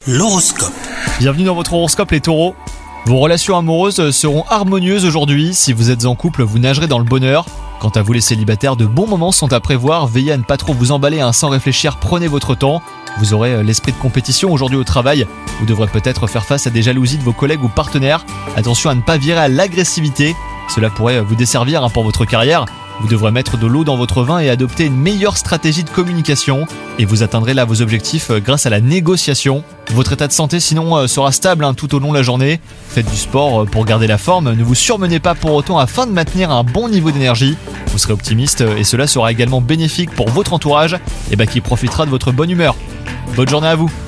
L'horoscope. Bienvenue dans votre horoscope les taureaux. Vos relations amoureuses seront harmonieuses aujourd'hui. Si vous êtes en couple, vous nagerez dans le bonheur. Quant à vous les célibataires, de bons moments sont à prévoir. Veillez à ne pas trop vous emballer, sans réfléchir, prenez votre temps. Vous aurez l'esprit de compétition aujourd'hui au travail. Vous devrez peut-être faire face à des jalousies de vos collègues ou partenaires. Attention à ne pas virer à l'agressivité. Cela pourrait vous desservir pour votre carrière. Vous devrez mettre de l'eau dans votre vin et adopter une meilleure stratégie de communication. Et vous atteindrez là vos objectifs grâce à la négociation. Votre état de santé sinon sera stable tout au long de la journée. Faites du sport pour garder la forme. Ne vous surmenez pas pour autant afin de maintenir un bon niveau d'énergie. Vous serez optimiste et cela sera également bénéfique pour votre entourage qui profitera de votre bonne humeur. Bonne journée à vous.